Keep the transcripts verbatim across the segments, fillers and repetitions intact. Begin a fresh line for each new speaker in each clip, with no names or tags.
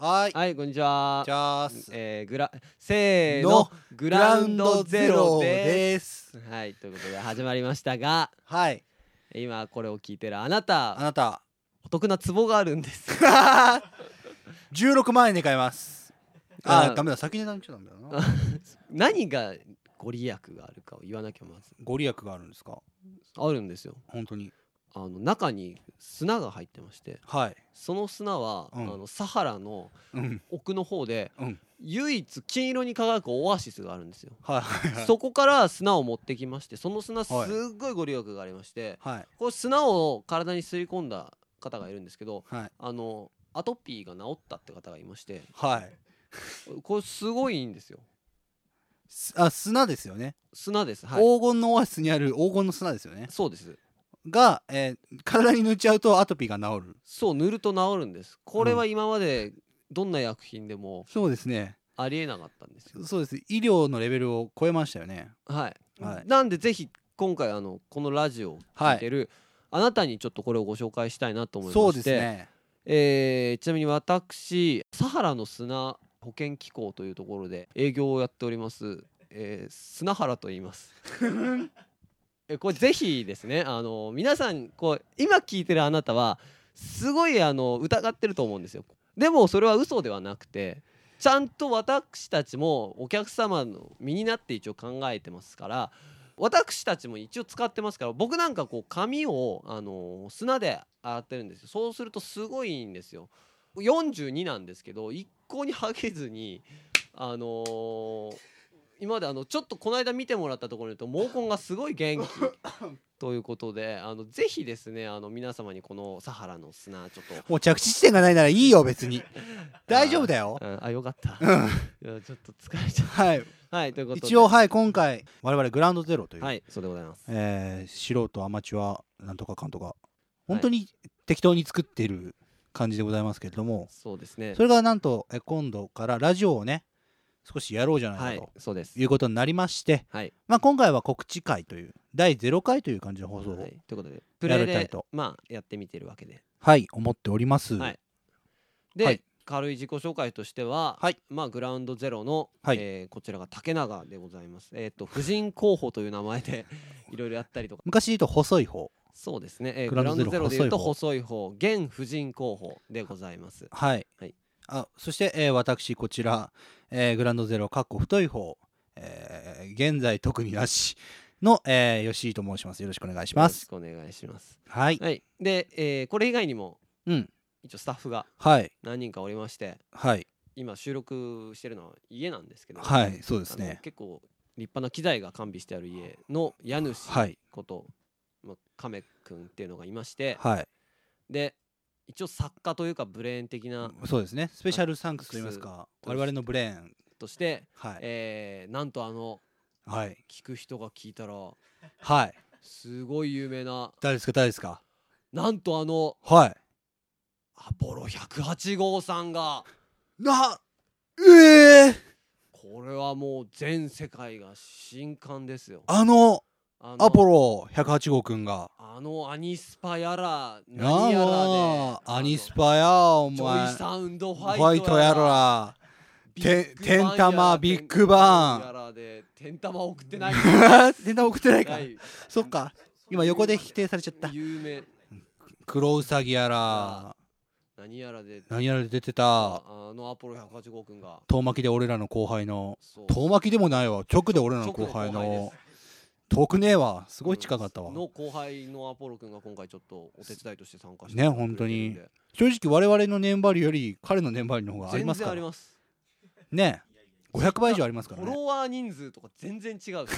はい、
はい、こんにちは。
じゃあす、
えー、グラせーの
の
グラウンドゼロで
ですす。
はい、ということで始まりましたが、
はい、
今これを聞いてるあなた、
あなた
お得なツボがあるんですよ。
じゅうろくまんえんで買えます。あ
あ
ー、ダメだ、先に値段言っちゃダメだな。
何がご利益があるかを言わなきゃまず。
ご利益があるんですか？
あるんですよ。
本当に。
あの中に砂が入ってまして、
はい。
その砂は、
うん
あのサハラの
うん
奥の方で
うん。
唯一金色に輝くオアシスがあるんですよ。
はいはいはい。
そこから砂を持ってきまして、その砂すっ
はい
ごいご利益がありまして、
はい
これ砂を体に吸い込んだ方がいるんですけど、
はい
あのアトピーが治ったって方がいまして、
はい。
これすごいいいんですよ。
すあ、砂ですよね。
砂です。はい。
黄金のオアシスにある黄金の砂ですよね。
そうです。
が、えー体に塗っちゃうとアトピーが治る。
そう塗ると治るんです。これは今までどんな薬品でも
そうですね。
ありえなかったんですよ。
そうです。医療のレベルを超えましたよね。
はい。
はい
なんでぜひ今回あのこのラジオを聞いてる、あなたにちょっとこれをご紹介したいなと思いまして。
そうですね。
えーちなみに私サハラの砂保険機構というところで営業をやっております、えー砂原と言いますえこれぜひですね、あの皆さんこう今聞いてるあなたはすごいあの疑ってると思うんですよ。でもそれは嘘ではなくて、ちゃんと私たちもお客様の身になって一応考えてますから、私たちも一応使ってますから。僕なんかこう髪をあの砂で洗ってるんですよ。そうするとすごいいいんですよ。よんじゅうになんですけど一向にハゲずに、あのー今まであのちょっとこの間見てもらったところに言うと毛根がすごい元気ということで、あのぜひですね、あの皆様にこのサハラの砂ちょっと
もう着地地点がないならいいよ別に。大丈夫だよ。
あー、あよかった
うん。
いやちょっと疲れちゃう
はい。
はい、ということで
一応はい今回我々グラウンドゼロという、
はい、そうでございます。
えー素人アマチュアなんとかかんとか本当に適当に作っている感じでございますけれども、
そうですね。
それがなんとえ今度からラジオをね少しやろうじゃな
はいい
か、
そうです
ということになりまして、
はい、
まあ、今回は告知会というだいゼロかいという感じの放送を、
は
はい
い、ということでプレイで
やりたいと
まあやってみてるわけで、
思っております。
はいで、
はい
軽い自己紹介としては、
はい
まあグラウンドゼロの、
はい
えーこちらが竹永でございます。えっ、と婦人候補という名前でいろいろやったりとか、
昔言うと細い方。
そうですね、えー
グラウンドゼロ
グラウンドゼロでいうと
細
細い方、現婦人候補でございます。
はい、
はい
あそして、えー私こちら、えーグラウンドゼロかっこ太い方、えー現在特になしの、えー、吉井と申します。よろしくお願いします。
よろしくお願いします。
はい、
はい、で、えーこれ以外にも
うん、
一応スタッフが
はい
何人かおりまして、
はい
今収録してるのは家なんですけど、
はいそうです
あの
ね。
結構立派な機材が完備してある家の家主
はい
こと、まあ、亀くんっていうのがいまして、
はい
で一応作家というかブレーン的な
そうですね。スペシャルサンクスと言いますか、我々のブレーン。
として、
はい、
えーなんとあの
はい
聞く人が聞いたら
はい
すごい有名な、
誰ですか誰ですか。
なんとあの
はい
アポロひゃくはち号さんが、
なええー、
これはもう全世界が震撼ですよ。
あの
あの
アポロひゃくはち号くんが
あのアニスパやら
な
何やらで、
あアニスパやお
ジョ
前
イサウンドフ
ファ
ァイトや
イトや
ら
らて
ビッグバンやら
てんたまビッグバン
やらでてんたま送ってない
全然送ってないか、
はい
そっか今横で否定されちゃった。
有名
黒ウサギやら
何やらで
何やらで出てた
ああのアポロひゃくはち号くんが
遠巻きで俺らの後輩の
そう
遠巻きでもないわ直で俺らの後輩
直の後輩
の
です
遠くねえわすごい近かったわ。
の後輩のアポロくんが今回ちょっとお手伝いとして参加して
ね
くれてるんで
本当に正直我々の年張りより彼の年張りの方があり
全
ますから
然あります。
ねごひゃくばい以上ありますからね
フォロワー人数とか全然違う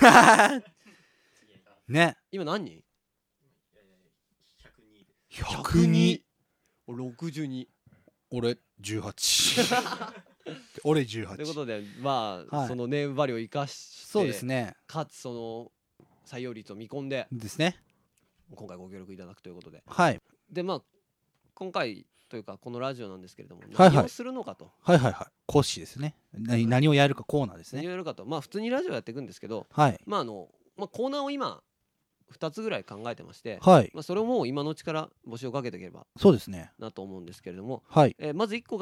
ね
今何人？
ひゃくに
ろくじゅうに
俺じゅうはち俺じゅうはち
ということでまあ、
はい
その年張りを生かして
そうですね
かつその採用率を見込んで
ですね
今回ご協力いただくということで、
はい
でまあ今回というかこのラジオなんですけれども、
はいはい
何をするのかと、
はいはいはい講師ですね何何をやるかコーナーですね
何をやるかと、まあ普通にラジオやっていくんですけど、
はい
まああの、まあ、コーナーを今ふたつぐらい考えてまして、
はい
まあ、それをもう今のうちから募集をかけていければ
そうですね
なと思うんですけれども、
はい
えーまずいっこが、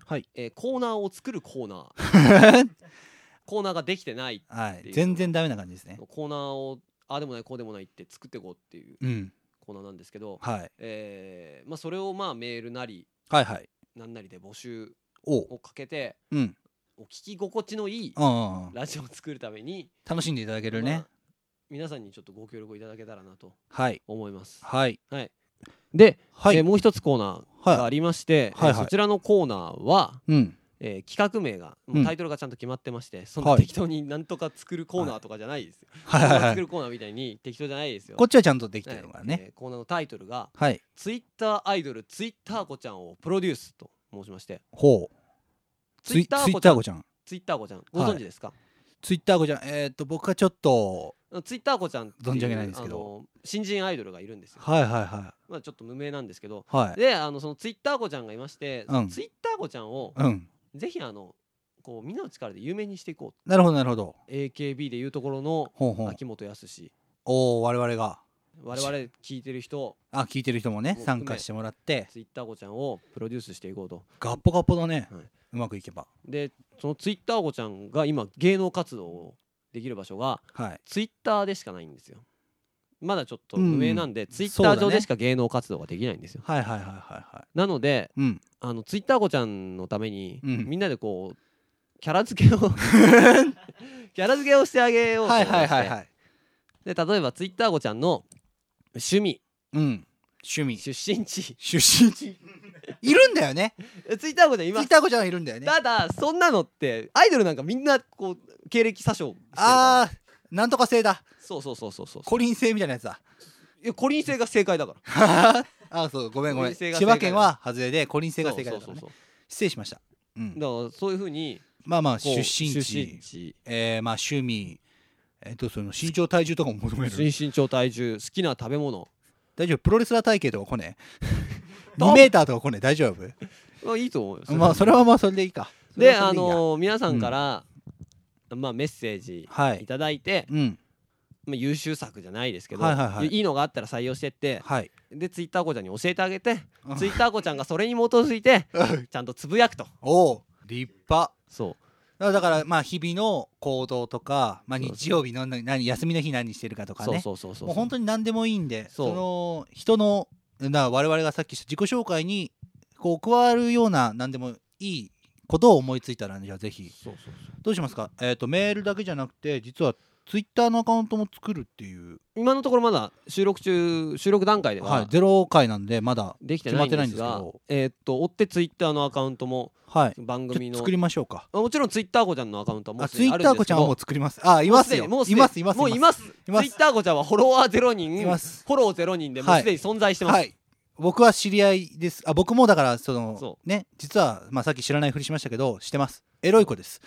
はい
えーコーナーを作るコーナーコーナーができてない
はい
っていう
全然ダメな感じですね。
コーナーをああでもないこうでもないって作っていこうっていう
うん
コーナーなんですけど、
はい
えーまあ、それをまあメールなり
はいはい
なんなりで募集
お
をかけて
うん
お聞き心地のいい
うんうんうん
ラジオを作るために
楽しんでいただけるね、
まあ皆さんにちょっとご協力いただけたらなと
はい
思います。
はい
はい、で、
はい、
えーもう一つコーナーがありまして、
はいはいはい
えーそちらのコーナーは、
うん
えー企画名がもううんタイトルがちゃんと決まってまして、そんな
はい
適当になんとか作るコーナーとかじゃないですよ。
はいはいはい
コーナー作るコーナーみたいに適当じゃないですよ。
こっちはちゃんとできて
はい
るのからね、
えーコーナーのタイトルが
はい
ツイッターアイドルツイッター子ちゃんをプロデュースと申しまして、
ほうツイツイッター子ちゃん
ツイッター子ちゃんご存知ですか？
ツイッター子ちゃんえーっと僕はちょっと
ツイッター子ちゃんっていう
存じ上げないんですけど
あの新人アイドルがいるんですよ。
はいはいは
まあちょっと無名なんですけど、
いはい
であのそのツイッター子ちゃんがいまして、
うん
ツイッター子ちゃんを
うん
ぜひあのこうみんなの力で有名にしていこう。
なるほどなるほど
エーケービー でいうところの
ほうほう
秋元康、
おお我々が
我々聞いてる人、
あ聞いてる人もね
もう
参加してもらって
ツイッター子ちゃんをプロデュースしていこうと。
ガッポガッポだね、
はいう
まくいけば
でそのツイッター子ちゃんが今芸能活動をできる場所が
はい
ツイッターでしかないんですよ。まだちょっと無名なんで、ツイッ
そうだね
ター上でしか芸能活動ができないんですよ。
はいはいはいはいは
なので
いうん
あのツイッター子ちゃんのために、
うん
みんなでこうキャラ付けをキャラ付けをしてあげようと思
はい
いまして、
はいはいはい
で例えばツイッター子ちゃんの趣味
うん趣味
出身地
出身地いるんだよね
ツイッター子ちゃんいます。
ツイッター子ちゃんいるんだよね
ただそんなのってアイドルなんかみんなこう経歴詐称してるから
あーなんとか性だ
そうそうそうそうそう
コリン性みたいなやつだ
いやコリン性が正解だから
あーそうごめんごめん
コリン性が正解
千葉県は外れでコリン性が正解だからね
そうそうそう
失礼しましたうん
だからそういうふうに
まあまあ
こう
出身
出
地
身地
えーまあ趣味えっとその身長体重とかも求める
身長体重好きな食べ物
大丈夫プロレスラー体型とか来ねえにメーターとか来ねえ大丈夫
まあいいと思うよ
まあそれはまあそれでいいかそれ
であ
はそれいいや
のー皆さんから、まあメッセージ
はい
いただいて、
うん
まあ、優秀作じゃないですけど、
はいはいはい
いいのがあったら採用してって
はい
でツイッター子ちゃんに教えてあげて
うん
ツイッター子ちゃんがそれに基づいてちゃんとつぶやくと。
おお立派
そう
だからまあ日々の行動とか、まあ、
そうそう
日曜日の何何休みの日何してるかとか
そう
ね
そうそうそう
もう本当に何でもいいんで
そう
その人のな我々がさっきした自己紹介にこう加わるような何でもいいことを思いついたら、ね、じゃあぜひ
そうそうそう
どうしますか、えー、とメールだけじゃなくて実はツイッターのアカウントも作るっていう、
今のところまだ収録中収録段階で
はい、
は
ゼロ回なんでまだ
できてないんです
決まって
が
ないんです
えーっと追ってツイッターのアカウントも
はい
番組の
ちょっと作りましょうか。
あもちろんツイッター子ちゃんのアカウントはもう
あツイッ
すでにあるんですけど
ター子ちゃんはもう作りますあいますよ
もうすでに
いますいます
もういますツイ
います
ッター子ちゃんはフォロワーゼロ人
います
フォローゼロ人でもう
はい
すでに存在してます、
はい僕は知り合いですあ僕もだからその
そ
ね実は、まあ、さっき知らないふりしましたけどしてますエロい子です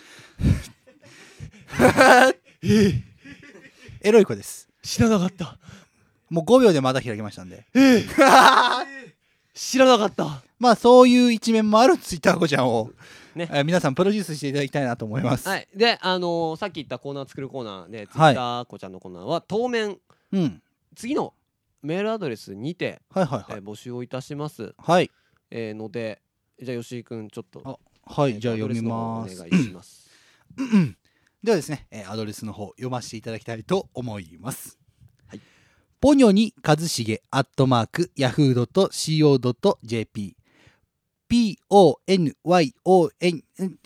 エロい子です
知らなかった
もうごびょうでまた開きましたんで
知らなかった
まあそういう一面もあるツイッター子ちゃんを、
ね
えー皆さんプロデュースしていただきたいなと思います、
はいであのーさっき言ったコーナー作るコーナーでツイ
はい
ッター子ちゃんのコーナーは当面
うん
次のメールアドレスにて、
はいはいはい
えー募集をいたします、
はい
えーのでじゃあ吉井くんちょっと
あはい
えー
じゃあ読み
アド
ま
レスの方お願いします
ではですね、えーアドレスの方読ませていただきたいと思います。
はい、
ポニョにかずしげアットマークヤフードットシーオードットジェーピー ピーオーエヌワイオーエヌ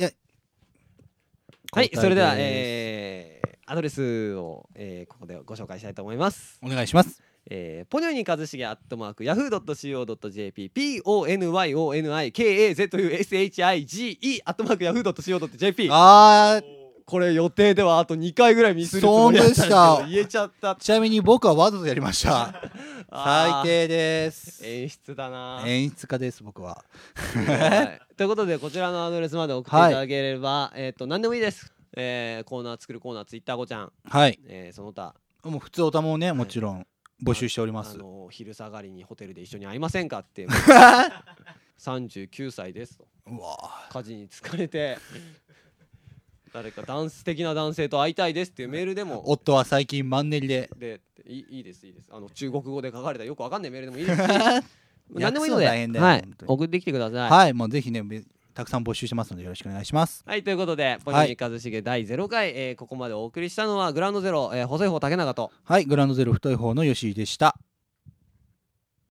はいそれでは、えーアドレスを、えーここでご紹介したいと思います
お願いします。
えー、ポニョニカズシゲアットマークヤフードットシーオードットジェーピー ピーオーエヌワイオーエヌアイケーエーゼットユーエスエイチアイジーイー アットマークヤフードットシーオードットジェーピー
あー
これ予定ではあとにかいぐらいミスるつもりだったんですけど
そうでした
言えちゃった
ちなみに僕はわざとやりました。
あー
最低です。
演出だな
演出家です僕は。
はいということでこちらのアドレスまで送っていただければ、えっ、と何でもいいです、えー、コーナー作るコーナーツイッターごちゃん、
はい。
えー、その他
もう普通おたもねもちろん募集しておりま
あ
す。
の昼下がりにホテルで一緒に会いませんかってさんじゅうきゅうさいですと
うわ
家事に疲れて誰かダンス的な男性と会いたいですっていうメールでも
夫は最近マンネリで。
でいいいいですいいですあの中国語で書かれたよくわかんないメールでもいいですし何でもいいので、
訳すの大変だよ
はい
本当に
送ってきてください、
はいもうぜひねべたくさん募集してますのでよろしくお願いします。
はい、ということでポニョ一茂だいゼロかい、えーここまでお送りしたのはグラウンドゼロ、えー細い方竹永と
はい、グラウンドゼロ太い方の吉井でした。